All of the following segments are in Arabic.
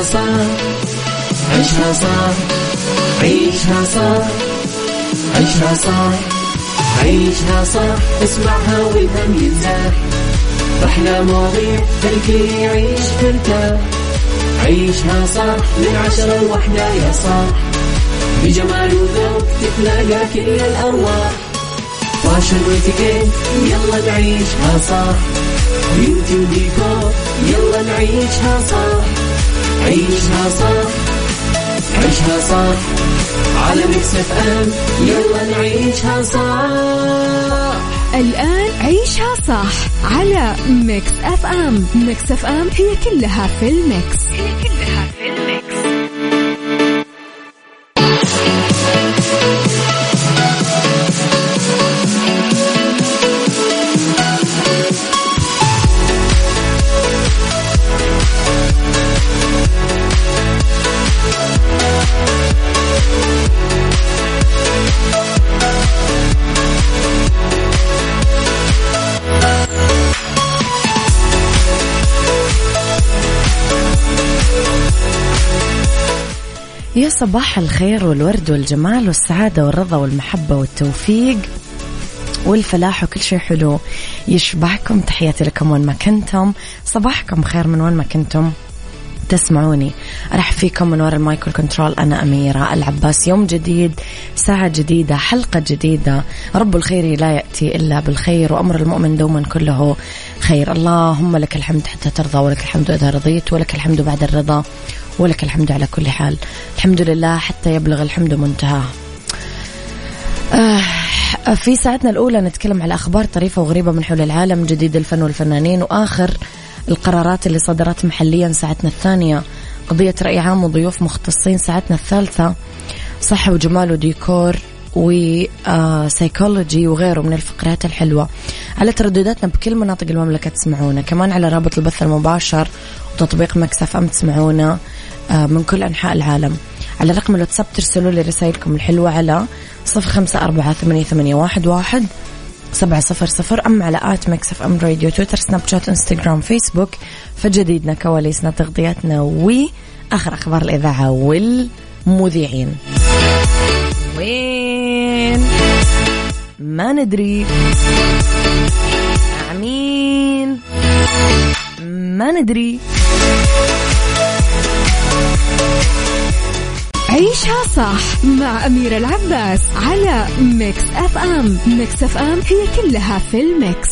صح عيشها صح عيشها صح عيشها صح عيشها صح اسمعها والهم ينزاح أحلى مواضيع الكل يعيش مرتاح عيشها صح من 10 ل1 يا صاح بجمال وذوق تتلاقى كل الأرواح فاشل واتيكيت يلا نعيشها صح بيوتي وديكور يلا نعيشها صح عيشها صح عيشها صح على ميكس اف ام يلا نعيشها صح. الآن عيشها صح على ميكس اف ام. ميكس اف ام هي كلها في الميكس. يا صباح الخير والورد والجمال والسعادة والرضا والمحبة والتوفيق والفلاح وكل شيء حلو يشبهكم. تحياتي لكم وين ما كنتم، صباحكم خير من وين ما كنتم تسمعوني. أرحب فيكم من وراء المايك والكنترول، أنا أميرة العباس. يوم جديد، ساعة جديدة، حلقة جديدة. رب الخير لا يأتي إلا بالخير، وأمر المؤمن دوما كله خير. اللهم لك الحمد حتى ترضى، ولك الحمد إذا رضيت، ولك الحمد بعد الرضا، ولك الحمد على كل حال. الحمد لله حتى يبلغ الحمد منتهى. في ساعتنا الأولى نتكلم على أخبار طريفة وغريبة من حول العالم، جديد الفن والفنانين، وآخر القرارات اللي صدرت محليا. ساعتنا الثانية قضية رأي عام وضيوف مختصين. ساعتنا الثالثة صحة وجمال وديكور وسايكولوجي وغيره من الفقرات الحلوة. على تردداتنا بكل مناطق المملكة تسمعونا، كمان على رابط البث المباشر وتطبيق ميكس اف ام تسمعونا من كل أنحاء العالم. على رقم الواتساب ترسلوا لي رسائلكم الحلوة على 0548811700. أما على آت ميكس اف ام راديو، تويتر، سناب شات، انستغرام، فيسبوك، فجديدنا، كواليسنا، تغطياتنا، وآخر أخبار الإذاعة والمذيعين. وين ما ندري، مين ما ندري. عيشها صح مع أميرة العباس على ميكس اف ام. ميكس اف ام هي كلها في الميكس.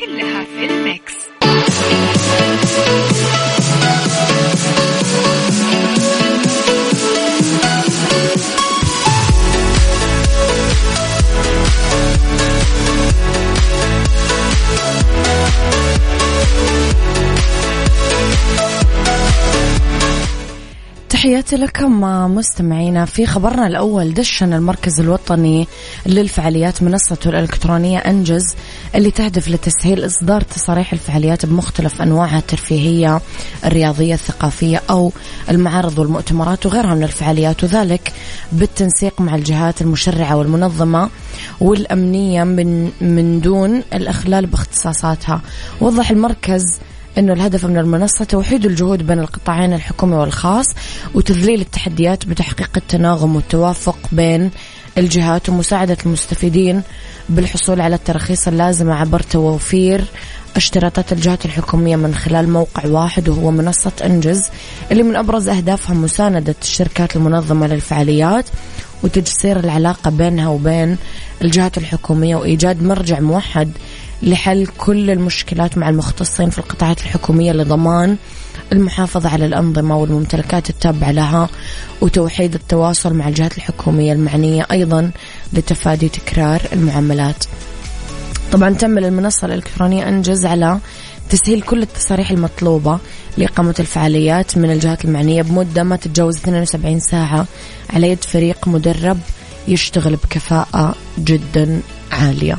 تحياتي لكم مستمعينا. في خبرنا الأول، دشن المركز الوطني للفعاليات منصته الإلكترونية أنجز اللي تهدف لتسهيل إصدار تصاريح الفعاليات بمختلف أنواعها الترفيهية، الرياضية، الثقافية أو المعارض والمؤتمرات وغيرها من الفعاليات، وذلك بالتنسيق مع الجهات المشرعة والمنظمة والأمنية من دون الإخلال باختصاصاتها. وضح المركز إنه الهدف من المنصة توحيد الجهود بين القطاعين الحكومي والخاص، وتذليل التحديات بتحقيق التناغم والتوافق بين الجهات، ومساعدة المستفيدين بالحصول على التراخيص اللازمة عبر توفير اشتراطات الجهات الحكومية من خلال موقع واحد، وهو منصة أنجز، اللي من أبرز أهدافها مساندة الشركات المنظمة للفعاليات وتجسير العلاقة بينها وبين الجهات الحكومية، وإيجاد مرجع موحد لحل كل المشكلات مع المختصين في القطاعات الحكومية لضمان المحافظة على الأنظمة والممتلكات التابعة لها، وتوحيد التواصل مع الجهات الحكومية المعنية، أيضا لتفادي تكرار المعاملات. طبعا تمل المنصة الإلكترونية أنجز على تسهيل كل التصاريح المطلوبة لإقامة الفعاليات من الجهات المعنية بمدة ما تتجاوز 72 ساعة على يد فريق مدرب يشتغل بكفاءة جدا عالية.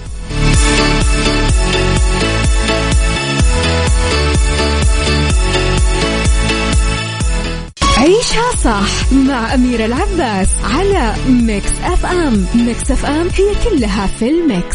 عيشها صح مع أميرة العباس على ميكس اف ام. ميكس اف ام هي كلها في الميكس.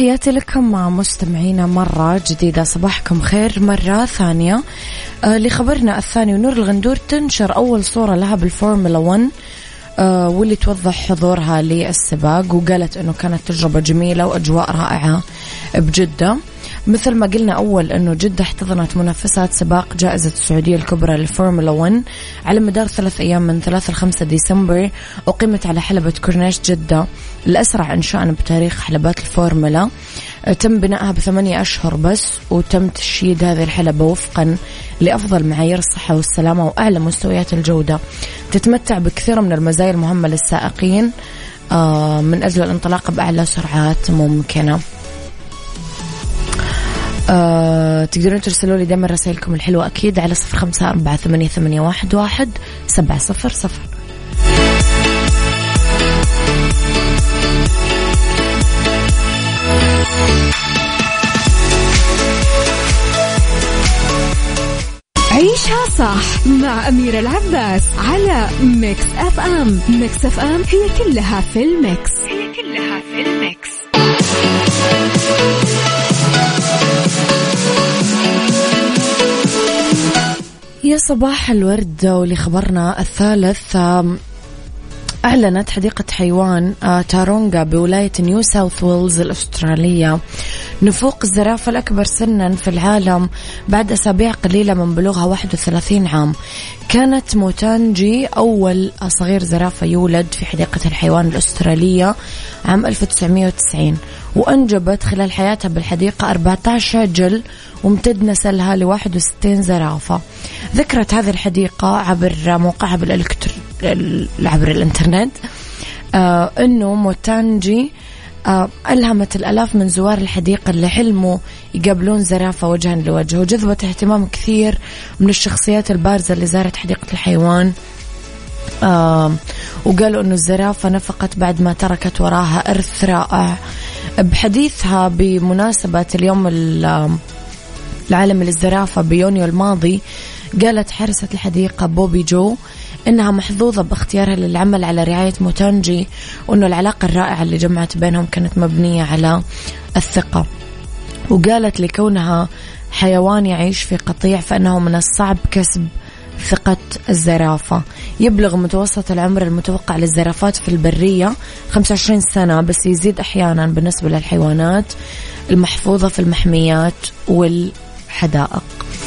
تحياتي لكم مستمعينا مرة جديدة، صباحكم خير مرة ثانية. لخبرنا الثاني، ونور الغندور تنشر أول صورة لها بالفورمولا 1 واللي توضح حضورها للسباق، وقالت أنه كانت تجربة جميلة وأجواء رائعة بجدة. مثل ما قلنا أول أنه جدة احتضنت منافسات سباق جائزة السعودية الكبرى للفورمولا 1 على مدار 3 أيام من 3 ل 5 ديسمبر، أقيمت على حلبة كورنيش جدة الأسرع إنشاء بتاريخ حلبات الفورمولا. تم بنائها ب8 أشهر بس، وتم تشييد هذه الحلبة وفقا لأفضل معايير الصحة والسلامة وأعلى مستويات الجودة. تتمتع بكثير من المزايا المهمة للسائقين من أجل الانطلاق بأعلى سرعات ممكنة. تقدرون ترسلوا لي دائما رسائلكم الحلوة أكيد على 0548811700. عيشها صح مع أميرة العباس على ميكس أف أم. ميكس أف أم هي كلها في الميكس. يا صباح الورد. ولخبرنا الثالث، أعلنت حديقة حيوان تارونغا بولاية نيو ساوث ويلز الأسترالية نفوق الزرافة الأكبر سنا في العالم بعد أسابيع قليلة من بلوغها 31 عام. كانت موتانجي أول صغير زرافة يولد في حديقة الحيوان الأسترالية عام 1990، وأنجبت خلال حياتها بالحديقة 14 عجل، وامتد نسلها ل61 زرافة. ذكرت هذه الحديقة عبر موقعها عبر الإنترنت أنه موتانجي ألهمت الألاف من زوار الحديقة اللي حلموا يقابلون زرافة وجها لوجه، وجذبت اهتمام كثير من الشخصيات البارزة اللي زارت حديقة الحيوان. وقالوا أنه الزرافة نفقت بعد ما تركت وراها إرث رائع. بحديثها بمناسبة اليوم العالمي للزرافة بيونيو الماضي، قالت حارسة الحديقة بوبي جو إنها محظوظة باختيارها للعمل على رعاية موتانجي، وإنه العلاقة الرائعة اللي جمعت بينهم كانت مبنية على الثقة. وقالت لكونها حيوان يعيش في قطيع فإنه من الصعب كسب ثقة الزرافة. يبلغ متوسط العمر المتوقع للزرافات في البرية 25 سنة، بس يزيد أحيانا بالنسبة للحيوانات المحفوظة في المحميات والحدائق.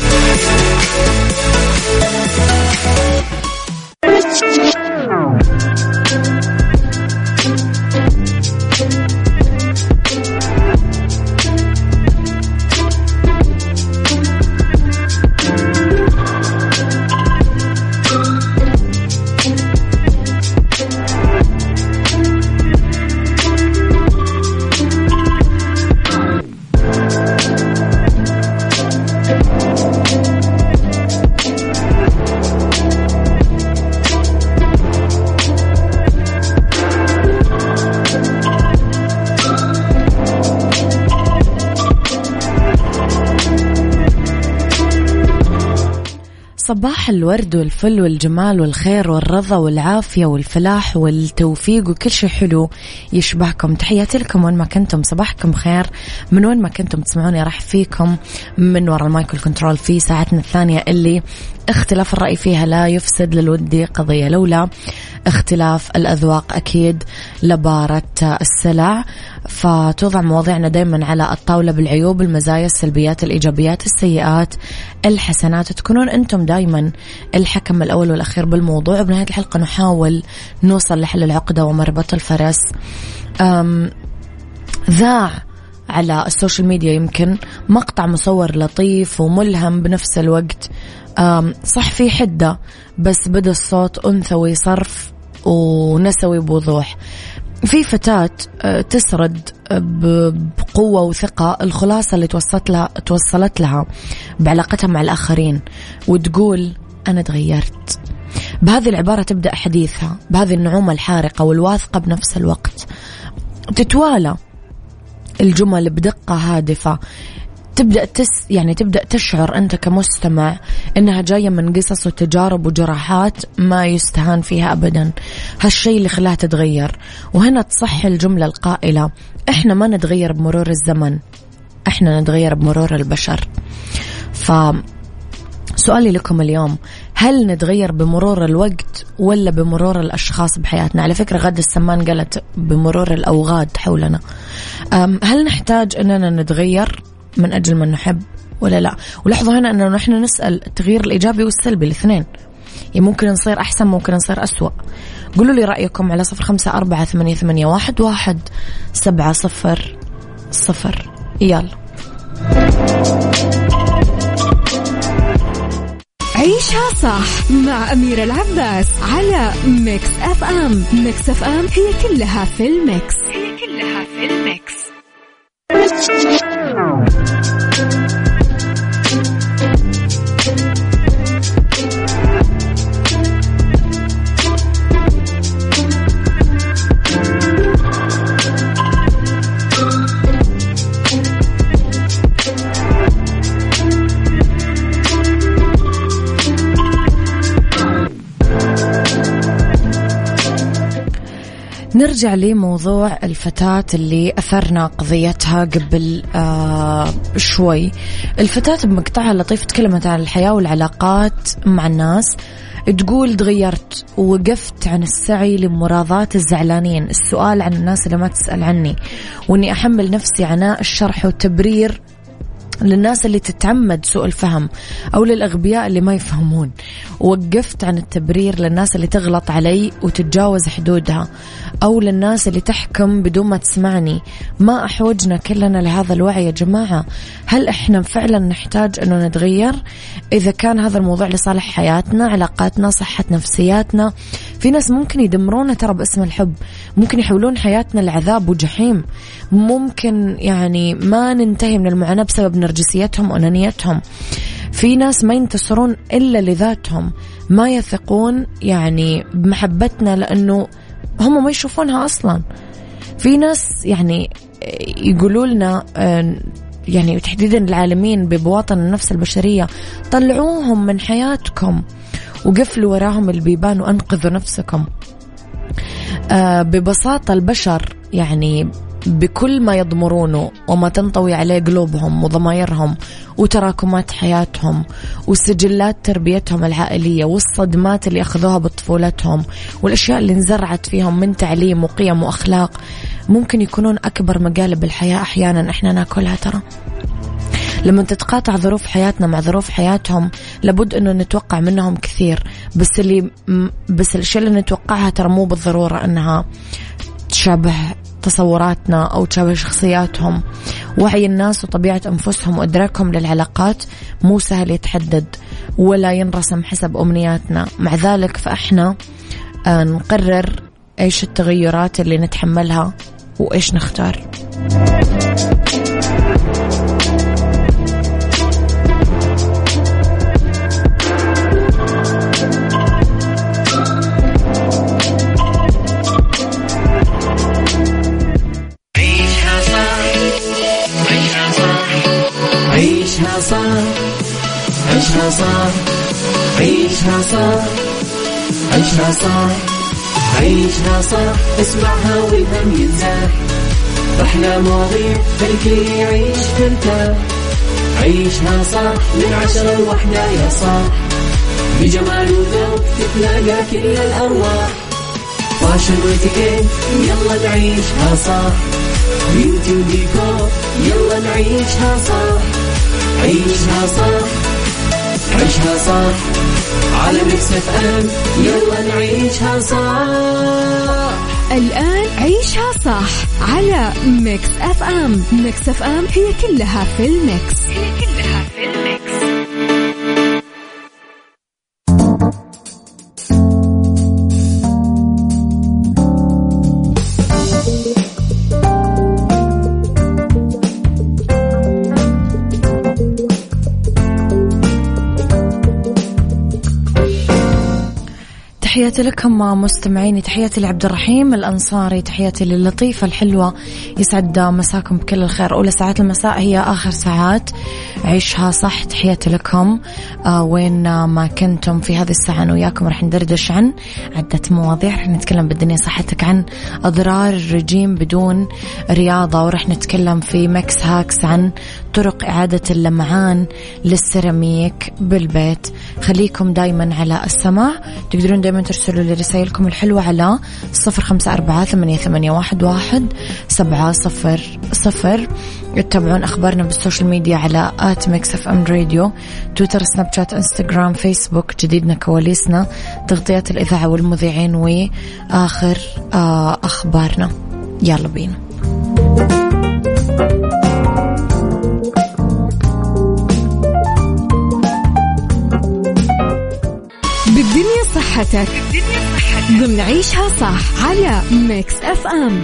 صباح الورد والفل والجمال والخير والرضا والعافية والفلاح والتوفيق وكل شيء حلو يشبهكم. تحياتي لكم وين ما كنتم، صباحكم خير من وين ما كنتم تسمعوني. راح فيكم من وراء المايكل كنترول في ساعتنا الثانية اللي اختلاف الرأي فيها لا يفسد للود قضية، لولا اختلاف الأذواق أكيد لبارة السلع. فتوضع مواضيعنا دايما على الطاولة بالعيوب، المزايا، السلبيات، الإيجابيات، السيئات، الحسنات. تكونون أنتم دايما الحكم الأول والأخير بالموضوع. وبنهاية الحلقة نحاول نوصل لحل العقدة ومربط الفرس. ذاع على السوشيال ميديا يمكن مقطع مصور لطيف وملهم بنفس الوقت، صح في حدة بس بدا الصوت أنثوي صرف ونسوي بوضوح. في فتاة تسرد بقوة وثقة الخلاصة اللي توصلت لها بعلاقتها مع الآخرين، وتقول أنا تغيرت. بهذه العبارة تبدأ حديثها، بهذه النعومة الحارقة والواثقة بنفس الوقت. تتوالى الجمل بدقة هادفة تبدأ تشعر أنت كمستمع أنها جاية من قصص وتجارب وجراحات ما يستهان فيها أبدا. هالشيء اللي خلاها تتغير. وهنا تصح الجملة القائلة: إحنا ما نتغير بمرور الزمن، إحنا نتغير بمرور البشر. سؤالي لكم اليوم: هل نتغير بمرور الوقت ولا بمرور الأشخاص بحياتنا؟ على فكرة غادة السمان قالت بمرور الأوغاد حولنا. هل نحتاج أننا نتغير من أجل من نحب ولا لا؟ ولاحظوا هنا أنه نحن نسأل التغيير الإيجابي والسلبي الاثنين، يعني ممكن نصير أحسن ممكن نصير أسوأ. قولوا لي رأيكم على 0548811700. يلا عيشها صح مع أميرة العباس على ميكس أف أم. ميكس أف أم هي كلها في الميكس. نرجع لموضوع الفتاة اللي أثرنا قضيتها قبل شوي. الفتاة بمقطعها اللطيف تكلمت عن الحياة والعلاقات مع الناس. تقول: تغيرت ووقفت عن السعي لمراضاة الزعلانين، السؤال عن الناس اللي ما تسأل عني، وإني أحمل نفسي عناء الشرح والتبرير للناس اللي تتعمد سوء الفهم أو للأغبياء اللي ما يفهمون. وقفت عن التبرير للناس اللي تغلط علي وتتجاوز حدودها، أو للناس اللي تحكم بدون ما تسمعني. ما أحوجنا كلنا لهذا الوعي يا جماعة؟ هل إحنا فعلا نحتاج أنه نتغير؟ إذا كان هذا الموضوع لصالح حياتنا، علاقاتنا، صحة نفسياتنا. في ناس ممكن يدمرونا ترى باسم الحب، ممكن يحولون حياتنا لعذاب وجحيم، ممكن يعني ما ننتهي من المعاناة بسبب نرجسيتهم وأنانيتهم. في ناس ما ينتصرون إلا لذاتهم، ما يثقون يعني بمحبتنا لأنه هم ما يشوفونها أصلا. في ناس يعني يقولوا لنا يعني تحديدا العالمين ببواطن النفس البشرية: طلعوهم من حياتكم وقفلوا وراهم البيبان وأنقذوا نفسكم. ببساطة البشر يعني بكل ما يضمرونه وما تنطوي عليه قلوبهم وضمائرهم وتراكمات حياتهم وسجلات تربيتهم العائلية والصدمات اللي أخذوها بطفولتهم والأشياء اللي انزرعت فيهم من تعليم وقيم وأخلاق، ممكن يكونون أكبر مقالب الحياة أحيانا إحنا ناكلها. ترى لما تتقاطع ظروف حياتنا مع ظروف حياتهم لابد أنه نتوقع منهم كثير، بس الشيء اللي نتوقعها ترى مو بالضرورة أنها تشابه تصوراتنا أو تشابه شخصياتهم. وعي الناس وطبيعة أنفسهم وإدراكهم للعلاقات مو سهل يتحدد ولا ينرسم حسب أمنياتنا. مع ذلك فإحنا نقرر إيش التغيرات اللي نتحملها وإيش نختار. عيشها صح، عيشها صح، عيشها صح، عيشها صح، عيشها صح، اسمعها والهم ينزاح، أحلى مواضيع خلي يعيش مرتاح. عيشها صح من 10 ل1 يا صاح، بجمال وذوق تتلاقى كل الأرواح. فاشل واتيكيت يلا نعيشها صح، بيوتي وديكور يلا نعيشها صح. عيشها صح، عيشها صح، على ميكس اف ام يلا نعيشها صح. الآن عيشها صح على ميكس اف ام. ميكس اف ام هي كلها في الميكس. تحياتي لكم مستمعيني، تحياتي لعبد الرحيم الأنصاري، تحياتي للطيفة الحلوة، يسعد مساكم بكل الخير. أولى ساعات المساء هي آخر ساعات عيشها صح. تحياتي لكم وين ما كنتم في هذه الساعة. أنا وياكم رح ندردش عن عدة مواضيع، رح نتكلم بالدنيا صحتك عن أضرار الرجيم بدون رياضة، ورح نتكلم في ميكس هاكس عن طرق إعادة اللمعان للسيراميك بالبيت. خليكم دايما على السماع، تقدرون دايما ترسلوا لي رسائلكم الحلوة على 0548811700. تتابعون أخبارنا بالسوشيال ميديا على @mixfmradio، تويتر، سناب شات، انستغرام، فيسبوك. جديدنا، كواليسنا، تغطيات الإذاعة والمذيعين، وآخر أخبارنا. يلا بينا. بالدنيا صحتك ضمن عيشها صح على ميكس اف ام.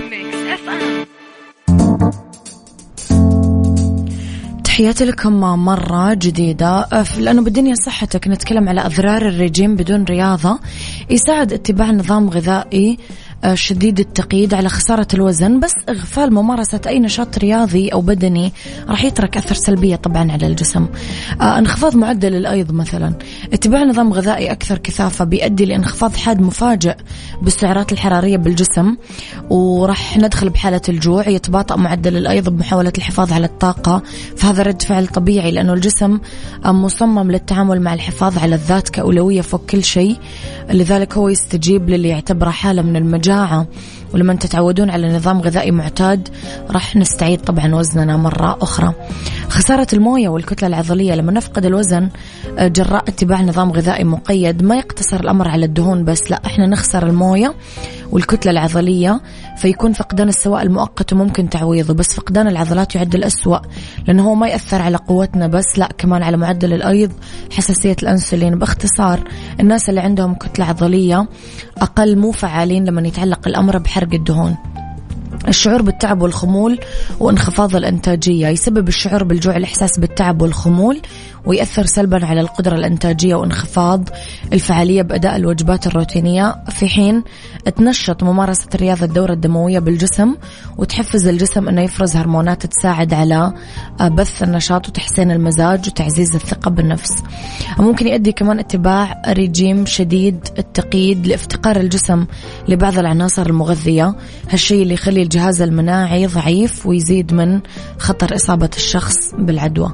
تحياتي لكم مرة جديدة. لأنه بالدنيا صحتك نتكلم على أضرار الرجيم بدون رياضة. يساعد اتباع نظام غذائي شديد التقييد على خسارة الوزن، بس إغفال ممارسة أي نشاط رياضي أو بدني راح يترك أثر سلبية طبعا على الجسم. انخفاض معدل الأيض مثلا. اتباع نظام غذائي أكثر كثافة بيؤدي لانخفاض حاد مفاجئ بالسعرات الحرارية بالجسم، وراح ندخل بحالة الجوع. يتباطأ معدل الأيض بمحاولة الحفاظ على الطاقة، فهذا رد فعل طبيعي لأنه الجسم مصمم للتعامل مع الحفاظ على الذات كأولوية فوق كل شيء، لذلك هو يستجيب للي يعتبره حالة من المجاعة. ولما تتعودون على نظام غذائي معتاد راح نستعيد طبعا وزننا مرة أخرى. خسارة الموية والكتلة العضلية. لما نفقد الوزن جراء اتباع نظام غذائي مقيد، ما يقتصر الأمر على الدهون بس، لا، احنا نخسر الموية والكتلة العضلية، فيكون فقدان السوائل مؤقت وممكن تعويضه. بس فقدان العضلات يعد الأسوأ، لأنه هو ما يأثر على قوتنا بس، لا، كمان على معدل الأيض، حساسية الأنسولين. باختصار الناس اللي عندهم كتلة عضلية أقل مو فعالين لما يتعلق الأمر بحرق الدهون. الشعور بالتعب والخمول وانخفاض الإنتاجية. يسبب الشعور بالجوع الإحساس بالتعب والخمول، ويأثر سلبا على القدرة الإنتاجية وانخفاض الفعالية بأداء الوجبات الروتينية، في حين تنشط ممارسة رياضة الدورة الدموية بالجسم وتحفز الجسم أنه يفرز هرمونات تساعد على بث النشاط وتحسين المزاج وتعزيز الثقة بالنفس. ممكن يؤدي كمان اتباع رجيم شديد التقييد لافتقار الجسم لبعض العناصر المغذية، هالشيء اللي يخلي الجهاز المناعي ضعيف ويزيد من خطر إصابة الشخص بالعدوى.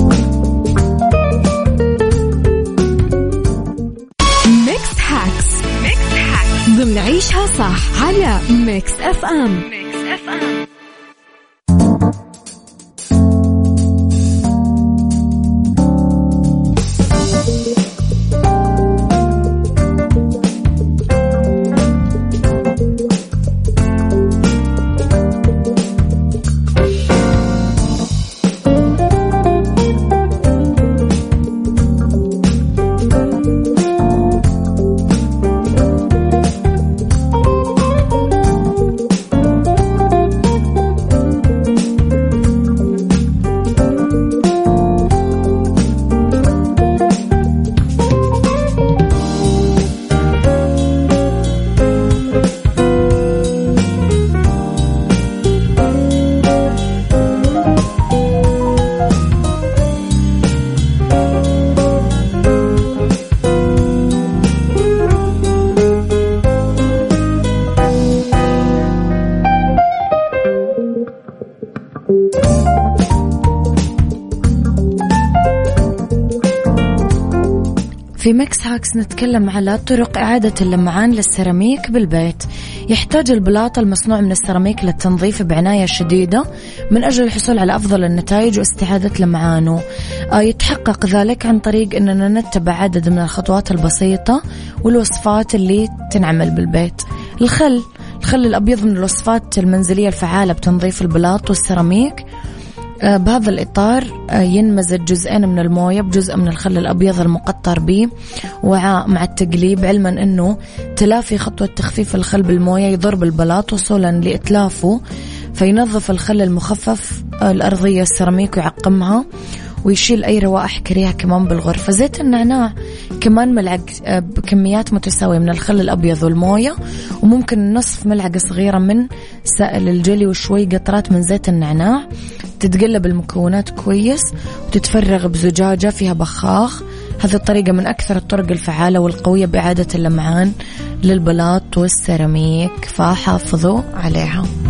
ميكس هاكس ضمن عيشها صح على ميكس اف ام. في ميكس هاكس نتكلم على طرق إعادة اللمعان للسيراميك بالبيت. يحتاج البلاط المصنوع من السيراميك للتنظيف بعناية شديدة من أجل الحصول على أفضل النتائج واستعادة لمعانه. يتحقق ذلك عن طريق أننا نتبع عدد من الخطوات البسيطة والوصفات اللي تنعمل بالبيت. الخل الأبيض من الوصفات المنزلية الفعالة بتنظيف البلاط والسيراميك. بهذا الإطار ينمزج جزئين من الموية بجزء من الخل الأبيض المقطر به وعاء مع التقليب، علما أنه تلافي خطوة تخفيف الخل بالموية يضر بالبلاط وصولا لإتلافه، فينظف الخل المخفف الأرضية السيراميك ويعقمها ويشيل أي روائح كريهة كمان بالغرفة. زيت النعناع كمان ملعقة بكميات متساوية من الخل الأبيض والموية، وممكن نصف ملعقة صغيرة من سائل الجلي وشوي قطرات من زيت النعناع. تتقلب المكونات كويس وتتفرغ بزجاجة فيها بخاخ. هذه الطريقة من أكثر الطرق الفعالة والقوية بإعادة اللمعان للبلاط والسيراميك، فحافظوا عليها.